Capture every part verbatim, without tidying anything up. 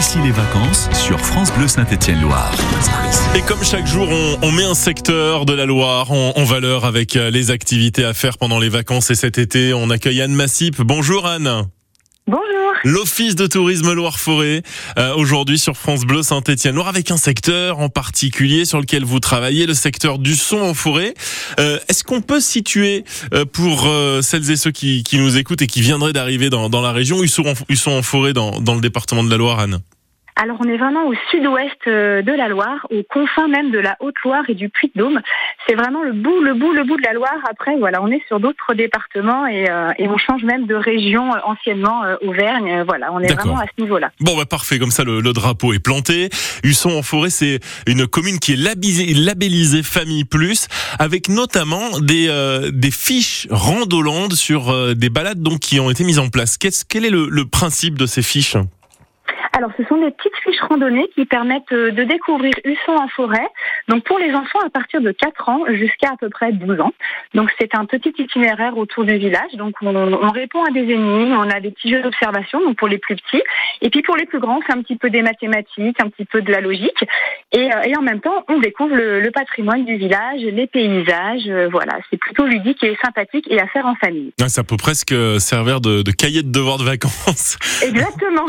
Voici les vacances sur France Bleu Saint-Étienne-Loire. Et comme chaque jour, on, on met un secteur de la Loire en, en valeur avec les activités à faire pendant les vacances. Et cet été, on accueille Anne Massip. Bonjour Anne. Bonjour. L'Office de tourisme Loire-Forêt, euh, aujourd'hui sur France Bleu Saint-Étienne-Loire, avec un secteur en particulier sur lequel vous travaillez, le secteur du son en forêt. Euh, est-ce qu'on peut situer, euh, pour euh, celles et ceux qui, qui nous écoutent et qui viendraient d'arriver dans, dans la région, Usson en, Usson en forêt dans, dans le département de la Loire, Anne ? Alors on est vraiment au sud-ouest de la Loire, aux confins même de la Haute-Loire et du Puy-de-Dôme. C'est vraiment le bout, le bout, le bout de la Loire. Après, voilà, on est sur d'autres départements et, euh, et on change même de région euh, anciennement euh, Auvergne. Euh, voilà, on est D'accord. vraiment à ce niveau-là. Bon, bah parfait. Comme ça, le, le drapeau est planté. Usson en forêt, c'est une commune qui est labellisée, labellisée Famille Plus, avec notamment des euh, des fiches randolandes sur euh, des balades donc qui ont été mises en place. Qu'est-ce, quel est le, le principe de ces fiches ? Alors, ce sont des petites fiches randonnées qui permettent de découvrir Usson en forêt. Donc, pour les enfants à partir de quatre ans jusqu'à à peu près douze ans. Donc, c'est un petit itinéraire autour du village. Donc, on, on répond à des énigmes, on a des petits jeux d'observation, donc pour les plus petits. Et puis, pour les plus grands, c'est un petit peu des mathématiques, un petit peu de la logique. Et, et en même temps, on découvre le, le patrimoine du village, les paysages. Voilà, c'est plutôt ludique et sympathique et à faire en famille. Ah, ça peut presque servir de, de cahier de devoirs de vacances. Exactement.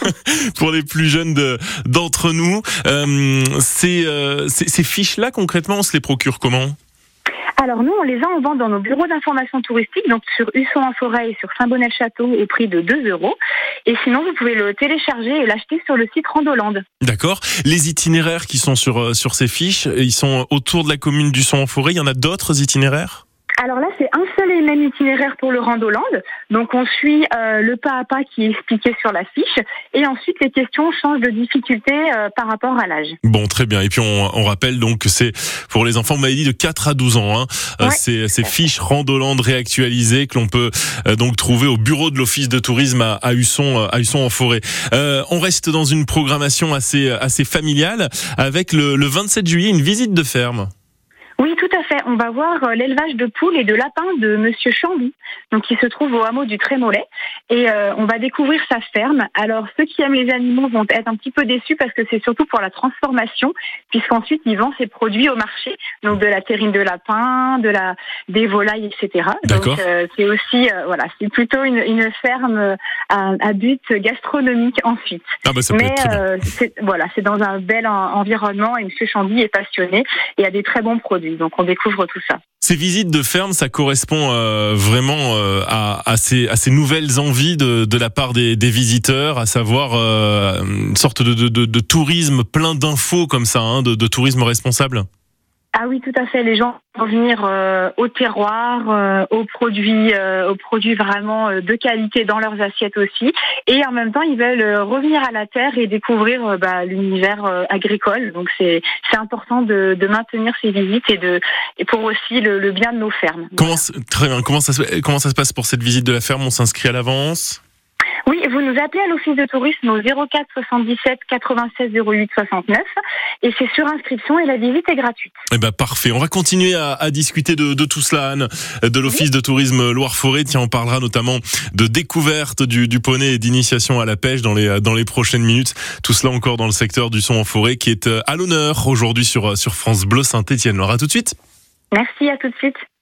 Pour les plus jeunes de, d'entre nous, euh, ces, euh, ces, ces fiches-là, concrètement, on se les procure comment ? Alors nous, on les a en vente dans nos bureaux d'information touristique, donc sur Usson en forêt et sur Saint-Bonnet-le-Château au prix de deux euros. Et sinon, vous pouvez le télécharger et l'acheter sur le site Randoland. D'accord. Les itinéraires qui sont sur, sur ces fiches, ils sont autour de la commune d'Usson en forêt. Il y en a d'autres itinéraires ? Alors là, c'est un seul et même itinéraire pour le Randoland. Donc, on suit euh, le pas à pas qui est expliqué sur la fiche. Et ensuite, les questions changent de difficulté euh, par rapport à l'âge. Bon, très bien. Et puis, on, on rappelle donc que c'est pour les enfants, vous m'avez dit, de quatre à douze ans. Hein. Ouais, euh, c'est ces fiches Randoland réactualisées que l'on peut euh, donc trouver au bureau de l'Office de tourisme à, à Usson, à Usson en forêt. Euh, on reste dans une programmation assez, assez familiale avec le, le vingt-sept juillet, une visite de ferme. Oui, tout à fait. On va voir l'élevage de poules et de lapins de Monsieur Chamby, donc qui se trouve au hameau du Trémollet. Et euh, on va découvrir sa ferme. Alors, ceux qui aiment les animaux vont être un petit peu déçus parce que c'est surtout pour la transformation, puisqu'ensuite, il vend ses produits au marché. Donc, de la terrine de lapin, de la, des volailles, et cetera. D'accord. Donc, euh, c'est aussi, euh, voilà, c'est plutôt une, une ferme à, à but gastronomique ensuite. Ah bah ça peut Mais être très bien. euh, c'est, voilà, c'est dans un bel en, environnement et Monsieur Chamby est passionné et a des très bons produits. Donc on découvre tout ça. Ces visites de ferme, ça correspond euh, vraiment euh, à, à, ces, à ces nouvelles envies de, de la part des, des visiteurs, à savoir euh, une sorte de, de, de, de tourisme plein d'infos comme ça, hein, de, de tourisme responsable. Ah oui, tout à fait. Les gens vont venir euh, au terroir, euh, aux produits, euh, aux produits vraiment euh, de qualité dans leurs assiettes aussi. Et en même temps, ils veulent euh, revenir à la terre et découvrir euh, bah, l'univers euh, agricole. Donc c'est c'est important de, de maintenir ces visites et de et pour aussi le, le bien de nos fermes. Comment très bien. Comment ça se, comment ça se passe pour cette visite de la ferme ? On s'inscrit à l'avance ? Oui, vous nous appelez à l'Office de tourisme au zéro quatre soixante-dix-sept quatre-vingt-seize zéro huit soixante-neuf et c'est sur inscription et la visite est gratuite. Eh ben parfait. On va continuer à, à discuter de, de tout cela, Anne, de l'Office oui. de tourisme Loire-Forêt. Tiens, on parlera notamment de découverte du, du poney et d'initiation à la pêche dans les dans les prochaines minutes. Tout cela encore dans le secteur du son en forêt qui est à l'honneur aujourd'hui sur sur France Bleu Saint-Étienne-Loire. À tout de suite. Merci, à tout de suite.